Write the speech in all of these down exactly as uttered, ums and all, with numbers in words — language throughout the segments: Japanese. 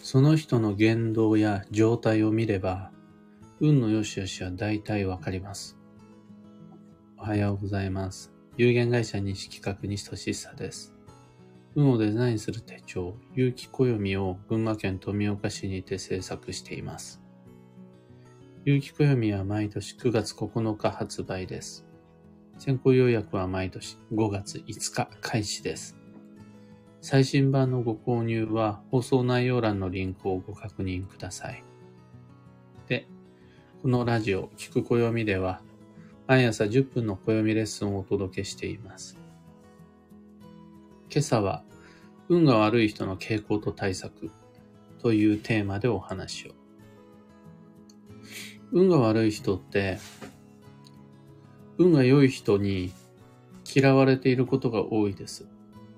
その人の言動や状態を見れば、運の良し悪しは大体わかります。おはようございます。有限会社西企画西俊久です。運をデザインする手帳、有機暦を群馬県富岡市にて制作しています。有機暦は毎年くがつここのか発売です。先行予約は毎年ごがついつか開始です。最新版のご購入は放送内容欄のリンクをご確認ください。で、このラジオ聞く暦では毎朝じゅっぷんの暦レッスンをお届けしています。今朝は運が悪い人の傾向と対策というテーマでお話を。運が悪い人って運が良い人に嫌われていることが多いです。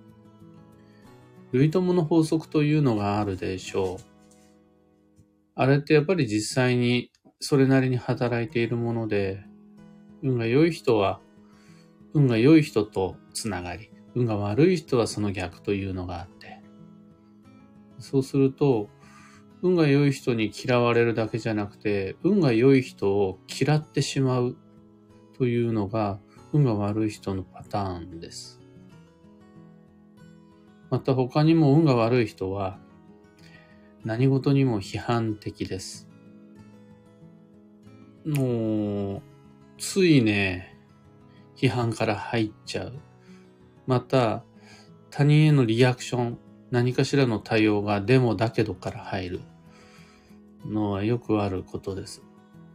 類友の法則というのがあるでしょう。あれってやっぱり実際にそれなりに働いているもので、運が良い人は運が良い人とつながり、運が悪い人はその逆というのがあって、そうすると運が良い人に嫌われるだけじゃなくて、運が良い人を嫌ってしまうというのが運が悪い人のパターンです。また他にも運が悪い人は何事にも批判的です。もうついね、批判から入っちゃう。また他人へのリアクション、何かしらの対応がでもだけどから入るのはよくあることです。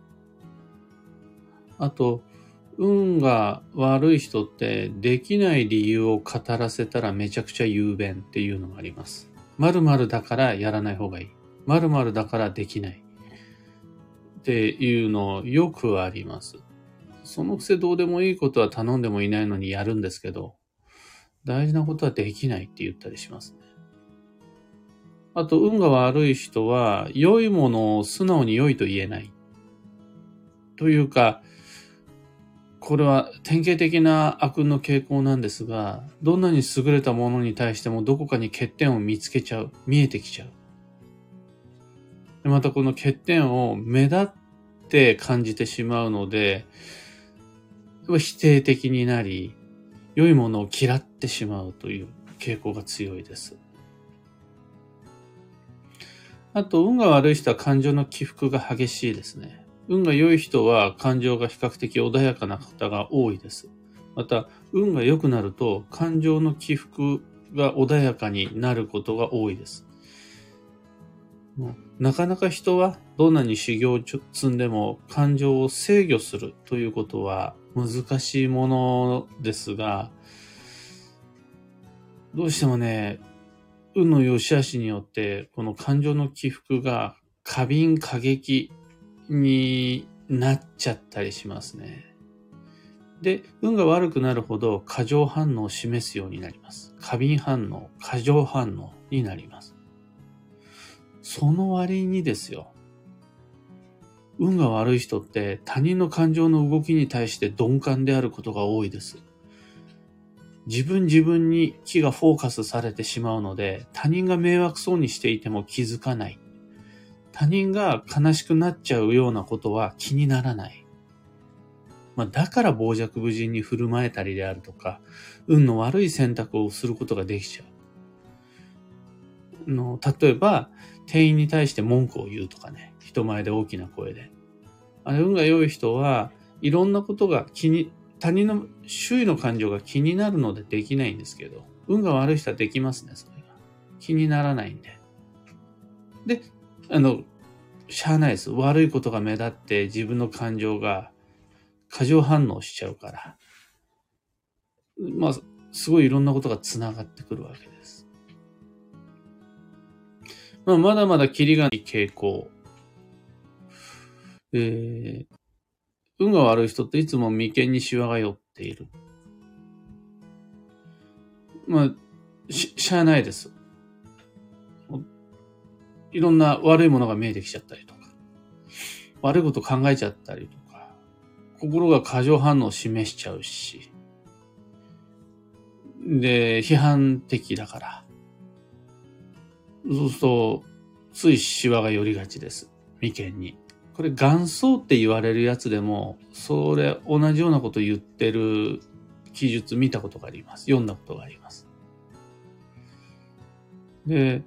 あと運が悪い人ってできない理由を語らせたらめちゃくちゃ雄弁っていうのがあります。〇〇だからやらない方がいい。〇〇だからできないっていうのよくあります。そのくせどうでもいいことは頼んでもいないのにやるんですけど、大事なことはできないって言ったりしますね。あと運が悪い人は良いものを素直に良いと言えない。というか、これは典型的な悪の傾向なんですが、どんなに優れたものに対してもどこかに欠点を見つけちゃう。見えてきちゃう。またこの欠点を目立って感じてしまうので、否定的になり、良いものを嫌ってしまうという傾向が強いです。あと、運が悪い人は感情の起伏が激しいですね。運が良い人は感情が比較的穏やかな方が多いです。また、運が良くなると感情の起伏が穏やかになることが多いです。なかなか人はどんなに修行を積んでも感情を制御するということは難しいものですが、どうしてもね、運の良し悪しによってこの感情の起伏が過敏過激になっちゃったりしますね。で、運が悪くなるほど過剰反応を示すようになります。過敏反応、過剰反応になります。その割にですよ、運が悪い人って他人の感情の動きに対して鈍感であることが多いです。自分自分に気がフォーカスされてしまうので、他人が迷惑そうにしていても気づかない。他人が悲しくなっちゃうようなことは気にならない。まあ、だから傍若無人に振る舞えたりであるとか、運の悪い選択をすることができちゃう。の例えば、店員に対して文句を言うとかね、人前で大きな声で。あれ、運が良い人はいろんなことが気に、他人の周囲の感情が気になるのでできないんですけど、運が悪い人はできますね、それが。気にならないんで。で、あの、しゃあないです。悪いことが目立って自分の感情が過剰反応しちゃうから。まあ、すごいいろんなことがつながってくるわけです。まあ、まだまだキリがない傾向。えー、運が悪い人っていつも眉間にシワが寄っている。まあ、し、しゃあないです。いろんな悪いものが見えてきちゃったりとか、悪いこと考えちゃったりとか、心が過剰反応を示しちゃうし、で、批判的だから。そうすると、 ついシワが寄りがちです。眉間に。これ元祖って言われるやつでも、それ同じようなこと言ってる記述見たことがあります。読んだことがあります。で、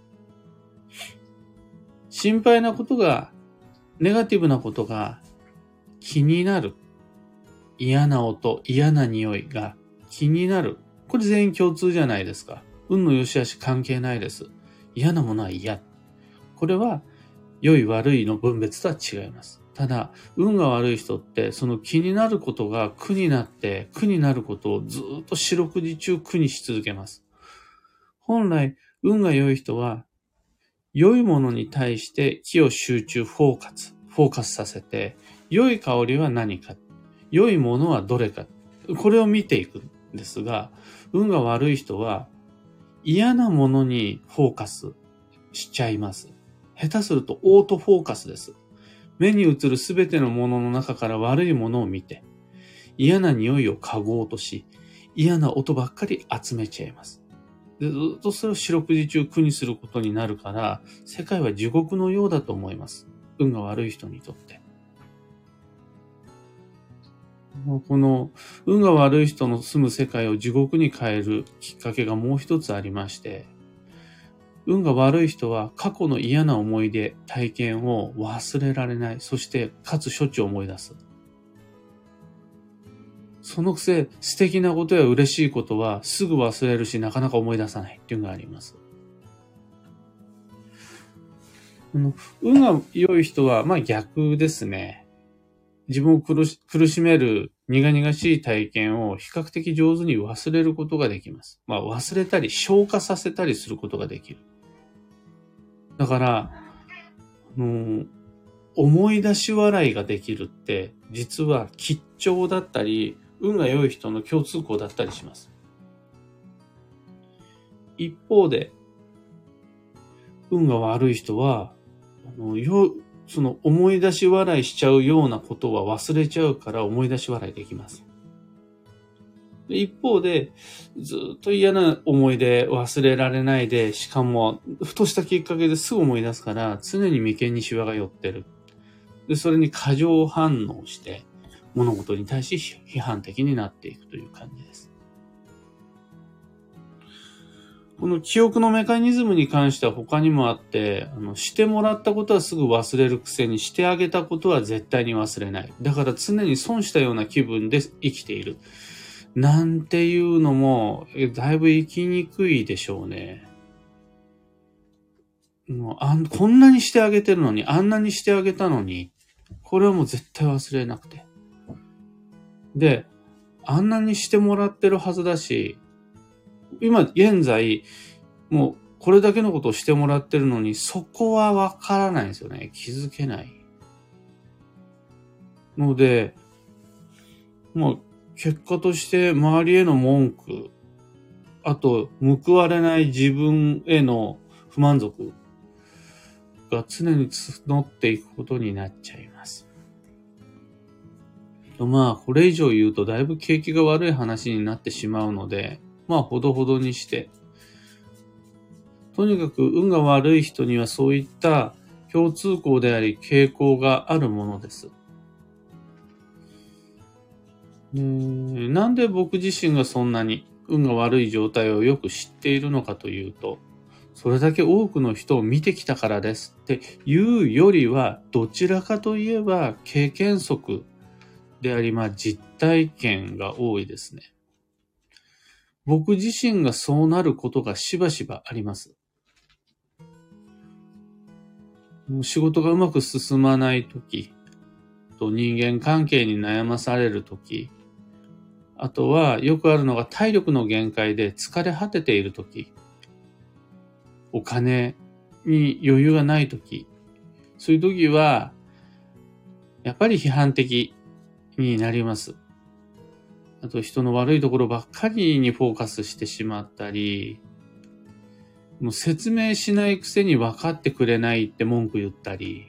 心配なことが、ネガティブなことが気になる。嫌な音、嫌な匂いが気になる。これ全員共通じゃないですか。運の良し悪し関係ないです。嫌なものは嫌。これは良い悪いの分別とは違います。ただ、運が悪い人ってその気になることが苦になって苦になることをずっと四六時中苦にし続けます。本来、運が良い人は良いものに対して気を集中、フォーカス、フォーカスさせて、良い香りは何か、良いものはどれか、これを見ていくんですが、運が悪い人は嫌なものにフォーカスしちゃいます。下手するとオートフォーカスです。目に映るすべてのものの中から悪いものを見て、嫌な匂いを嗅ごうとし、嫌な音ばっかり集めちゃいます。でずっとそれを四六時中苦にすることになるから、世界は地獄のようだと思います。運が悪い人にとって。この運が悪い人の住む世界を地獄に変えるきっかけがもう一つありまして、運が悪い人は過去の嫌な思い出、体験を忘れられない。そしてかつしょっちゅう思い出す。そのくせ素敵なことや嬉しいことはすぐ忘れるしなかなか思い出さないっていうのがあります。運が良い人はまあ逆ですね。自分を苦し、苦しめる苦々しい体験を比較的上手に忘れることができます。まあ忘れたり消化させたりすることができる。だから、あの、思い出し笑いができるって実は吉兆だったり運が良い人の共通項だったりします。一方で運が悪い人はあのよその思い出し笑いしちゃうようなことは忘れちゃうから思い出し笑いできます。一方でずっと嫌な思い出忘れられないで、しかもふとしたきっかけですぐ思い出すから常に眉間にシワが寄ってる。で、それに過剰反応して物事に対し批判的になっていくという感じです。この記憶のメカニズムに関しては他にもあって、あのしてもらったことはすぐ忘れるくせにしてあげたことは絶対に忘れない。だから常に損したような気分で生きている。なんていうのもだいぶ生きにくいでしょうね。もうあんこんなにしてあげてるのに、あんなにしてあげたのに、これはもう絶対忘れなくて。で、あんなにしてもらってるはずだし、今現在、もうこれだけのことをしてもらってるのに、そこはわからないんですよね。気づけない。ので、もう結果として周りへの文句、あと報われない自分への不満足が常に募っていくことになっちゃいます。まあ、これ以上言うとだいぶ景気が悪い話になってしまうので、まあ、ほどほどにして。とにかく運が悪い人にはそういった共通項であり傾向があるものです。なんで僕自身がそんなに運が悪い状態をよく知っているのかというと、それだけ多くの人を見てきたからですっていうよりは、どちらかといえば経験則であり、まあ実体験が多いですね。僕自身がそうなることがしばしばあります。仕事がうまく進まないとき、と人間関係に悩まされるとき、あとはよくあるのが体力の限界で疲れ果てているとき、お金に余裕がないとき、そういうときはやっぱり批判的になります。あと人の悪いところばっかりにフォーカスしてしまったり、もう説明しないくせに分かってくれないって文句言ったり、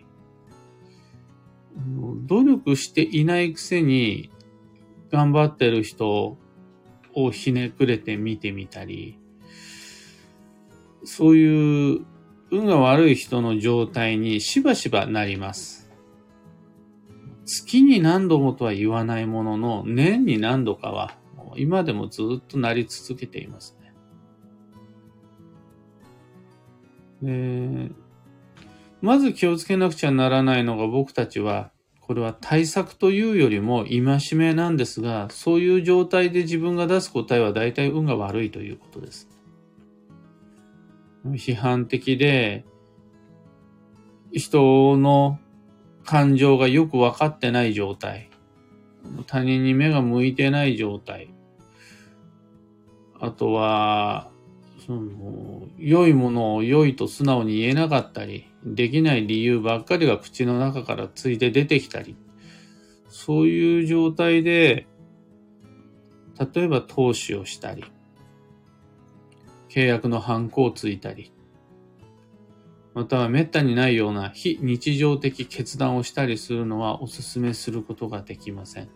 努力していないくせに頑張ってる人をひねくれて見てみたり、そういう運が悪い人の状態にしばしばなります。月に何度もとは言わないものの、年に何度かは今でもずっとなり続けていますね。えー、まず気をつけなくちゃならないのが、僕たちはこれは対策というよりも戒めなんですが、そういう状態で自分が出す答えは大体運が悪いということです。批判的で、人の感情がよく分かってない状態、他人に目が向いてない状態、あとは、その、良いものを良いと素直に言えなかったり、できない理由ばっかりが口の中からついて出てきたり、そういう状態で、例えば投資をしたり、契約のハンコをついたり、または滅多にないような非日常的決断をしたりするのはお勧めすることができません。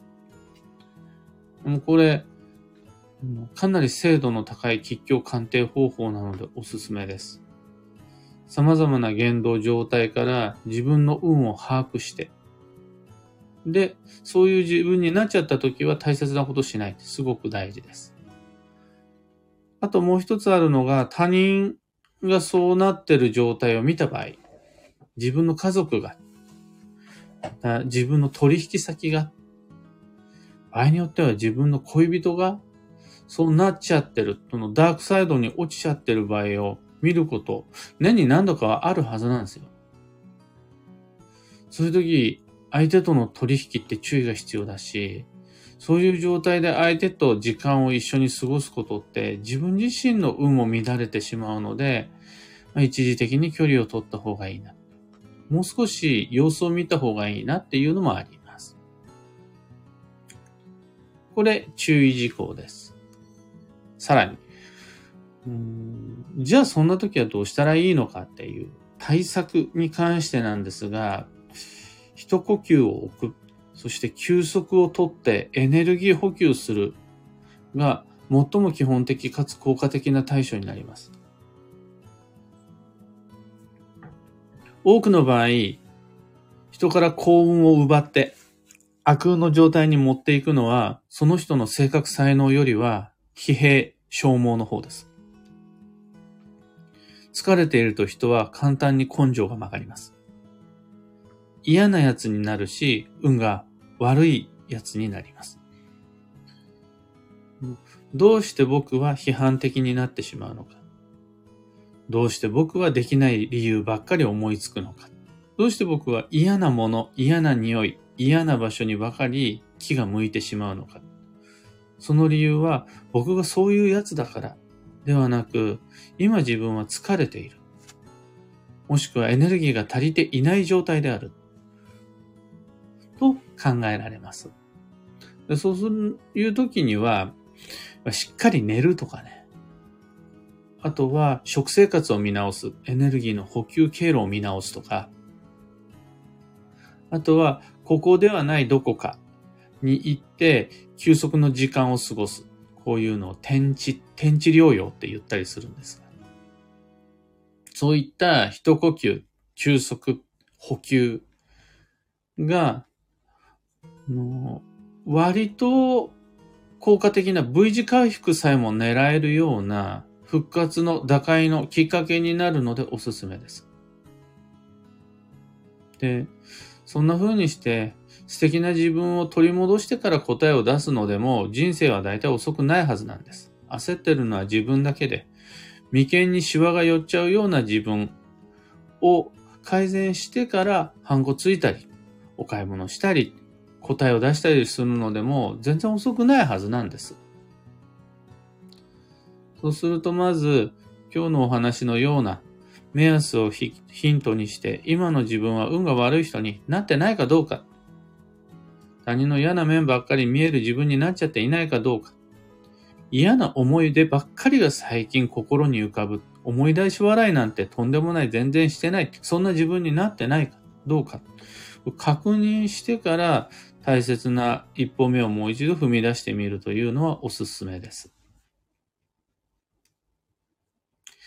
もうこれ、かなり精度の高い吉凶鑑定方法なのでおすすめです。様々な言動状態から自分の運を把握して、で、そういう自分になっちゃった時は大切なことしないってすごく大事です。あともう一つあるのが、他人がそうなってる状態を見た場合、自分の家族が、自分の取引先が、場合によっては自分の恋人がそうなっちゃってる、そのダークサイドに落ちちゃってる場合を見ること、年に何度かはあるはずなんですよ。そういう時、相手との取引って注意が必要だし、そういう状態で相手と時間を一緒に過ごすことって自分自身の運も乱れてしまうので、まあ、一時的に距離を取った方がいいな。もう少し様子を見た方がいいなっていうのもあります。これ注意事項です。さらに、うーんじゃあそんな時はどうしたらいいのかっていう対策に関してなんですが、一呼吸を置く、そして休息をとってエネルギー補給するが最も基本的かつ効果的な対処になります。多くの場合、人から幸運を奪って悪運の状態に持っていくのは、その人の性格才能よりは疲弊、消耗の方です。疲れていると人は簡単に根性が曲がります。嫌なやつになるし、運が悪いやつになります。どうして僕は批判的になってしまうのか。どうして僕はできない理由ばっかり思いつくのか。どうして僕は嫌なもの、嫌な匂い、嫌な場所にばかり気が向いてしまうのか。その理由は僕がそういうやつだからではなく、今自分は疲れている。もしくはエネルギーが足りていない状態である。と考えられます。でそういう時には、しっかり寝るとかね。あとは食生活を見直す。エネルギーの補給経路を見直すとか。あとは、ここではないどこかに行って、休息の時間を過ごす。こういうのを天地、天地療養って言ったりするんですが。そういった一呼吸、休息、補給が、の割と効果的な V 字回復さえも狙えるような復活の打開のきっかけになるのでおすすめです。で、そんな風にして素敵な自分を取り戻してから答えを出すのでも人生は大体遅くないはずなんです。焦ってるのは自分だけで、眉間にシワが寄っちゃうような自分を改善してからハンコついたり、お買い物したり、答えを出したりするのでも全然遅くないはずなんです。そうするとまず今日のお話のような目安をヒントにして今の自分は運が悪い人になってないかどうか、他人の嫌な面ばっかり見える自分になっちゃっていないかどうか、嫌な思い出ばっかりが最近心に浮かぶ、思い出し笑いなんてとんでもない、全然してない、そんな自分になってないかどうか確認してから大切な一歩目をもう一度踏み出してみるというのはおすすめです。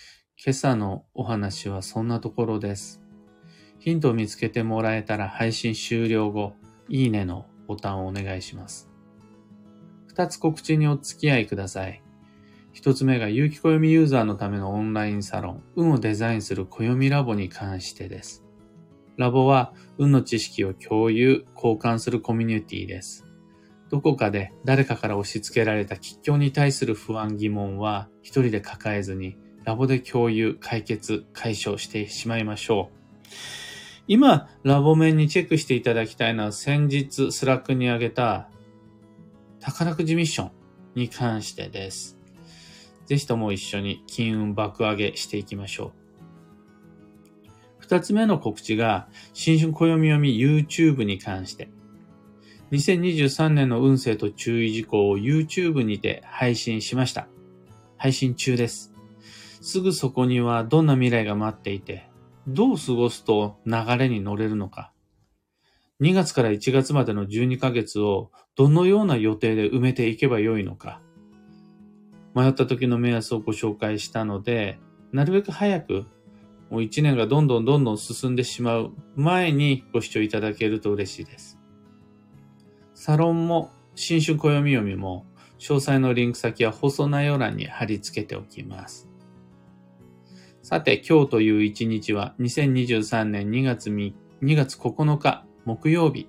今朝のお話はそんなところです。ヒントを見つけてもらえたら配信終了後、いいねのボタンをお願いします。二つ告知にお付き合いください。一つ目が有機暦ユーザーのためのオンラインサロン、運をデザインする暦ラボに関してです。ラボは運の知識を共有、交換するコミュニティです。どこかで誰かから押し付けられた吉凶に対する不安疑問は一人で抱えずにラボで共有、解決、解消してしまいましょう。今、ラボ面にチェックしていただきたいのは先日スラックに上げた宝くじミッションに関してです。ぜひとも一緒に金運爆上げしていきましょう。二つ目の告知が新春暦読み YouTube に関して。にせんにじゅうさんねんの運勢と注意事項を YouTube にて配信しました。配信中です。すぐそこにはどんな未来が待っていて、どう過ごすと流れに乗れるのか。にがつからいちがつまでのじゅうにかげつをどのような予定で埋めていけばよいのか。迷った時の目安をご紹介したので、なるべく早く、もういちねんがどんどんどんどん進んでしまう前にご視聴いただけると嬉しいです。サロンも新春暦読みも詳細のリンク先は放送内容欄に貼り付けておきます。さて、今日という一日はにせんにじゅうさんねんにがつここのか木曜日。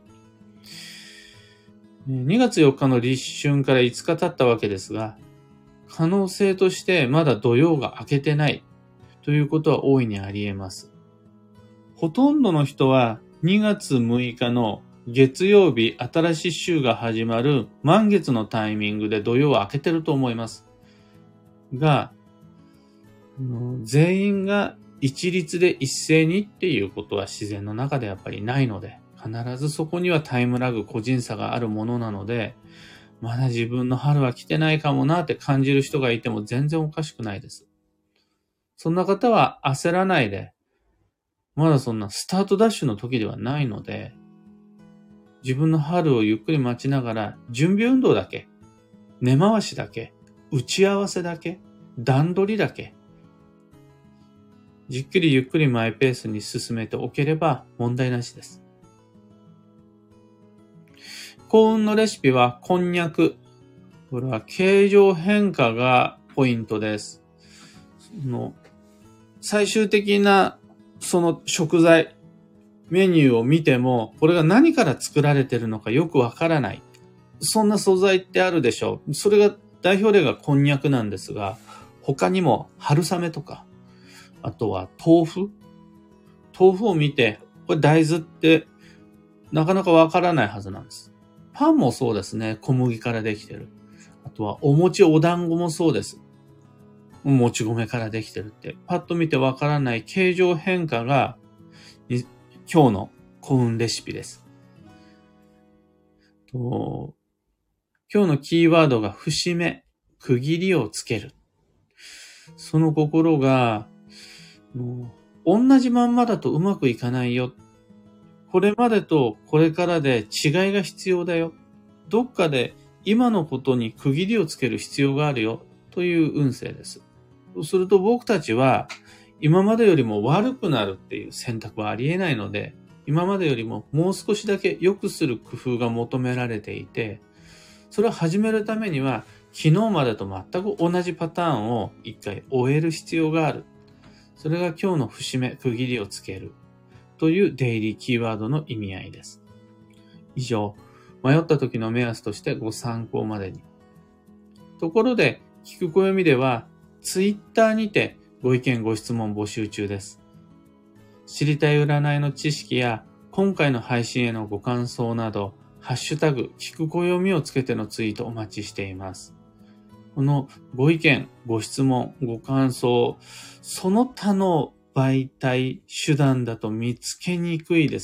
にがつよっかの立春からいつか経ったわけですが、可能性としてまだ土曜が明けてないということは大いにあり得ます。ほとんどの人はにがつむいかの月曜日、新しい週が始まる満月のタイミングで土曜は明けてると思います。が、全員が一律で一斉にっていうことは自然の中でやっぱりないので、必ずそこにはタイムラグ、個人差があるものなので、まだ自分の春は来てないかもなって感じる人がいても全然おかしくないです。そんな方は焦らないで、まだそんなスタートダッシュの時ではないので、自分の春をゆっくり待ちながら、準備運動だけ、根回しだけ、打ち合わせだけ、段取りだけ、じっくりゆっくりマイペースに進めておければ問題なしです。幸運のレシピはこんにゃく。これは形状変化がポイントです。その最終的なその食材、メニューを見ても、これが何から作られているのかよくわからない。そんな素材ってあるでしょう。それが代表例がこんにゃくなんですが、他にも春雨とか、あとは豆腐。豆腐を見て、これ大豆ってなかなかわからないはずなんです。パンもそうですね。小麦からできてる。あとはお餅、お団子もそうです。もち米からできてるって。パッと見てわからない形状変化が今日の幸運レシピです。と今日のキーワードが節目、区切りをつける。その心が、もう同じまんまだとうまくいかないよ。これまでとこれからで違いが必要だよ。どっかで今のことに区切りをつける必要があるよという運勢です。そうすると僕たちは今までよりも悪くなるっていう選択はありえないので、今までよりももう少しだけ良くする工夫が求められていて、それを始めるためには昨日までと全く同じパターンを一回終える必要がある。それが今日の節目、区切りをつけるというデイリーキーワードの意味合いです。以上、迷った時の目安としてご参考までに。ところで、聞く暦ではツイッターにてご意見ご質問募集中です。知りたい占いの知識や今回の配信へのご感想など、ハッシュタグ聞く暦をつけてのツイートお待ちしています。このご意見、ご質問、ご感想、その他の媒体、手段だと見つけにくいです。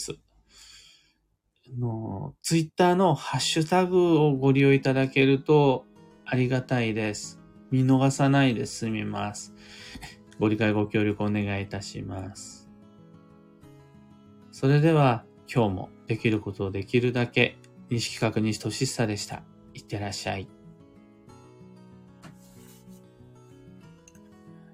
のツイッターのハッシュタグをご利用いただけるとありがたいです。見逃さないで済みます。ご理解ご協力お願いいたします。それでは今日もできることをできるだけ、西企画西俊久でした。いってらっしゃい。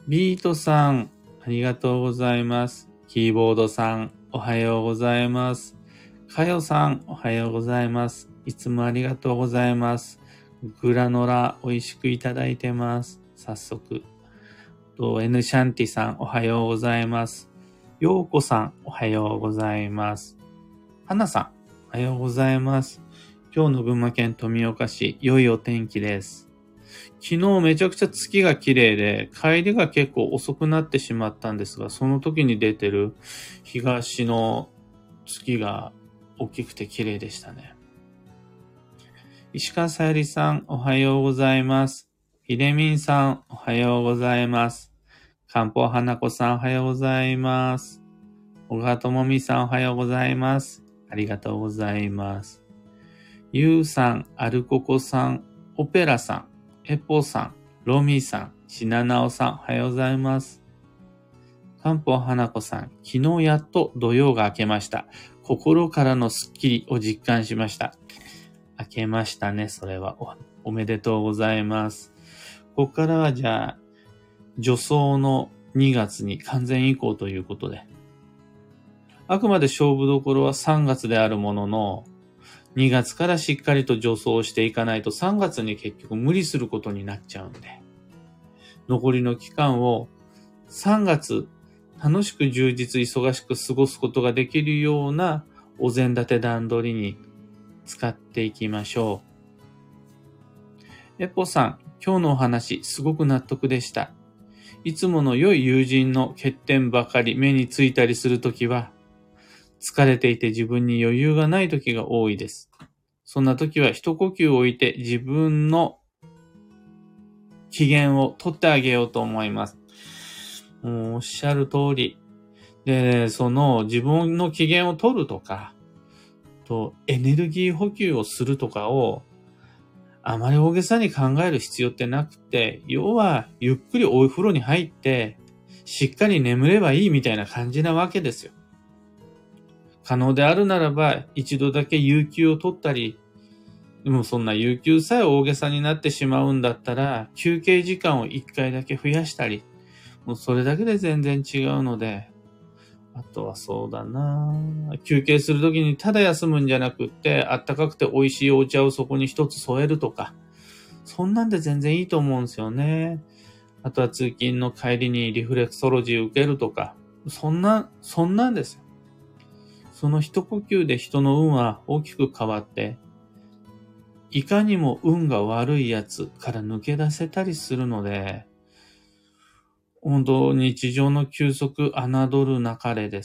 ビートさん、ありがとうございます。キーボードさん、おはようございます。かよさん、おはようございます。いつもありがとうございます。グラノラ、美味しくいただいてます。早速。と、N シャンティさん、おはようございます。ようこさん、おはようございます。はなさん、おはようございます。今日の群馬県富岡市、良いお天気です。昨日めちゃくちゃ月が綺麗で、帰りが結構遅くなってしまったんですが、その時に出てる東の月が大きくて綺麗でしたね。石川さゆりさん、おはようございます。ひでみんさん、おはようございます。かんぽうはなこさん、おはようございます。小川ともみさん、おはようございます。ありがとうございます。ゆうさん、アルココさん、オペラさん、エポさん、ロミーさん、しななおさん、おはようございます。かんぽうはなこさん、昨日やっと土曜が明けました。心からのスッキリを実感しました。明けましたね、それは。お、おめでとうございます。ここからはじゃあ、助走のにがつに完全移行ということで。あくまで勝負どころはさんがつであるものの、にがつからしっかりと助走していかないとさんがつに結局無理することになっちゃうんで、残りの期間をさんがつ楽しく充実忙しく過ごすことができるようなお膳立て段取りに使っていきましょう。エポさん、今日のお話すごく納得でした。いつもの良い友人の欠点ばかり目についたりするときは、疲れていて自分に余裕がない時が多いです。そんな時は一呼吸を置いて自分の機嫌を取ってあげようと思います。もうおっしゃる通り。で、その自分の機嫌を取るとか、とエネルギー補給をするとかをあまり大げさに考える必要ってなくて、要はゆっくりお風呂に入ってしっかり眠ればいいみたいな感じなわけですよ。可能であるならば、一度だけ有給を取ったり、でもそんな有給さえ大げさになってしまうんだったら、休憩時間を一回だけ増やしたり、もうそれだけで全然違うので、あとはそうだな休憩するときにただ休むんじゃなくって、あったかくて美味しいお茶をそこに一つ添えるとか、そんなんで全然いいと思うんですよね。あとは通勤の帰りにリフレクソロジーを受けるとか、そんな、そんなんですよ。その一呼吸で人の運は大きく変わって、いかにも運が悪いやつから抜け出せたりするので、本当日常の休息侮るなかれです。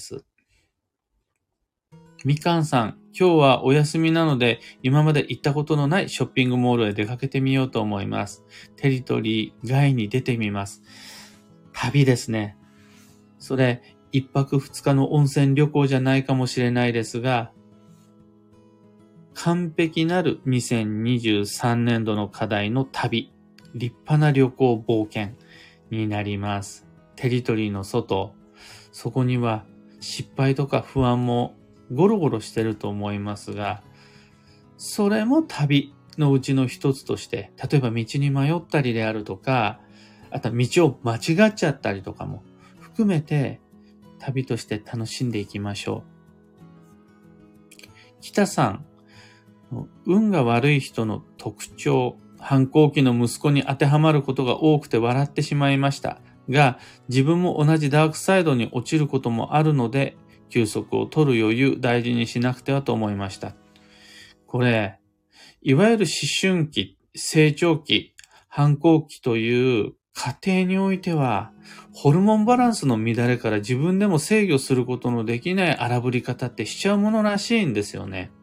みかんさん、今日はお休みなので、今まで行ったことのないショッピングモールへ出かけてみようと思います。テリトリー外に出てみます。旅ですね。それ、一泊二日の温泉旅行じゃないかもしれないですが、完璧なるにせんにじゅうさんねんどの課題の旅、立派な旅行冒険になります。テリトリーの外、そこには失敗とか不安もゴロゴロしてると思いますが、それも旅のうちの一つとして、例えば道に迷ったりであるとか、あとは道を間違っちゃったりとかも含めて、旅として楽しんでいきましょう。北さん、運が悪い人の特徴、反抗期の息子に当てはまることが多くて笑ってしまいましたが、自分も同じダークサイドに落ちることもあるので、休息を取る余裕大事にしなくてはと思いました。これ、いわゆる思春期、成長期、反抗期という過程においては、ホルモンバランスの乱れから自分でも制御することのできない荒ぶり方ってしちゃうものらしいんですよね。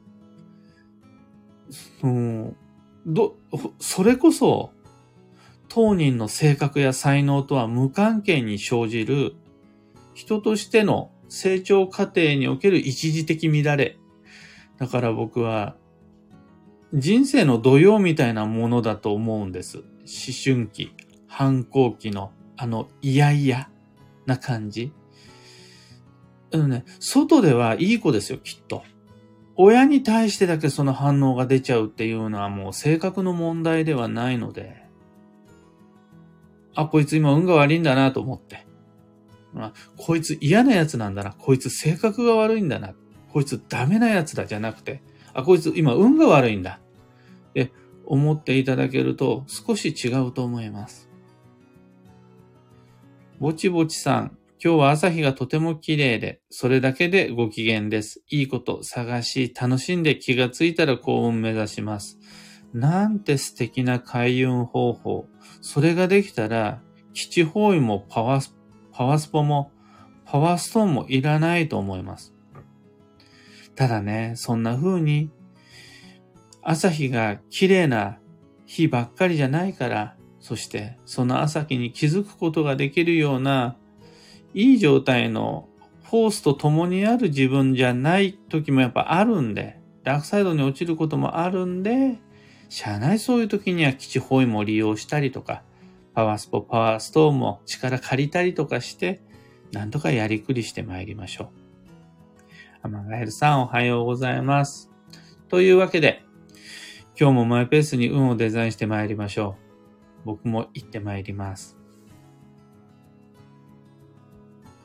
うんど、それこそ、当人の性格や才能とは無関係に生じる、人としての成長過程における一時的乱れ。だから僕は、人生の土曜みたいなものだと思うんです。思春期、反抗期の、あの、嫌々な感じ。あのね、外ではいい子ですよ、きっと。親に対してだけその反応が出ちゃうっていうのはもう性格の問題ではないので、 あ、こいつ今運が悪いんだなと思って。まあ、こいつ嫌なやつなんだな。こいつ性格が悪いんだな。こいつダメなやつだじゃなくて、あ、こいつ今運が悪いんだ。って思っていただけると少し違うと思います。ぼちぼちさん、今日は朝日がとても綺麗で、それだけでご機嫌です。いいこと探し、楽しんで気がついたら幸運目指します。なんて素敵な開運方法。それができたら、基地方位もパワース、パワースポも、パワーストーンもいらないと思います。ただね、そんな風に、朝日が綺麗な日ばっかりじゃないから、そしてその朝日に気づくことができるような、いい状態のフォースと共にある自分じゃない時もやっぱあるんで、ダークサイドに落ちることもあるんで、しゃあないそういう時には基地方位も利用したりとか、パワースポ、パワーストーンも力借りたりとかして、なんとかやりくりしてまいりましょう。アマガエルさんおはようございます。というわけで、今日もマイペースに運をデザインしてまいりましょう。僕も行ってまいります。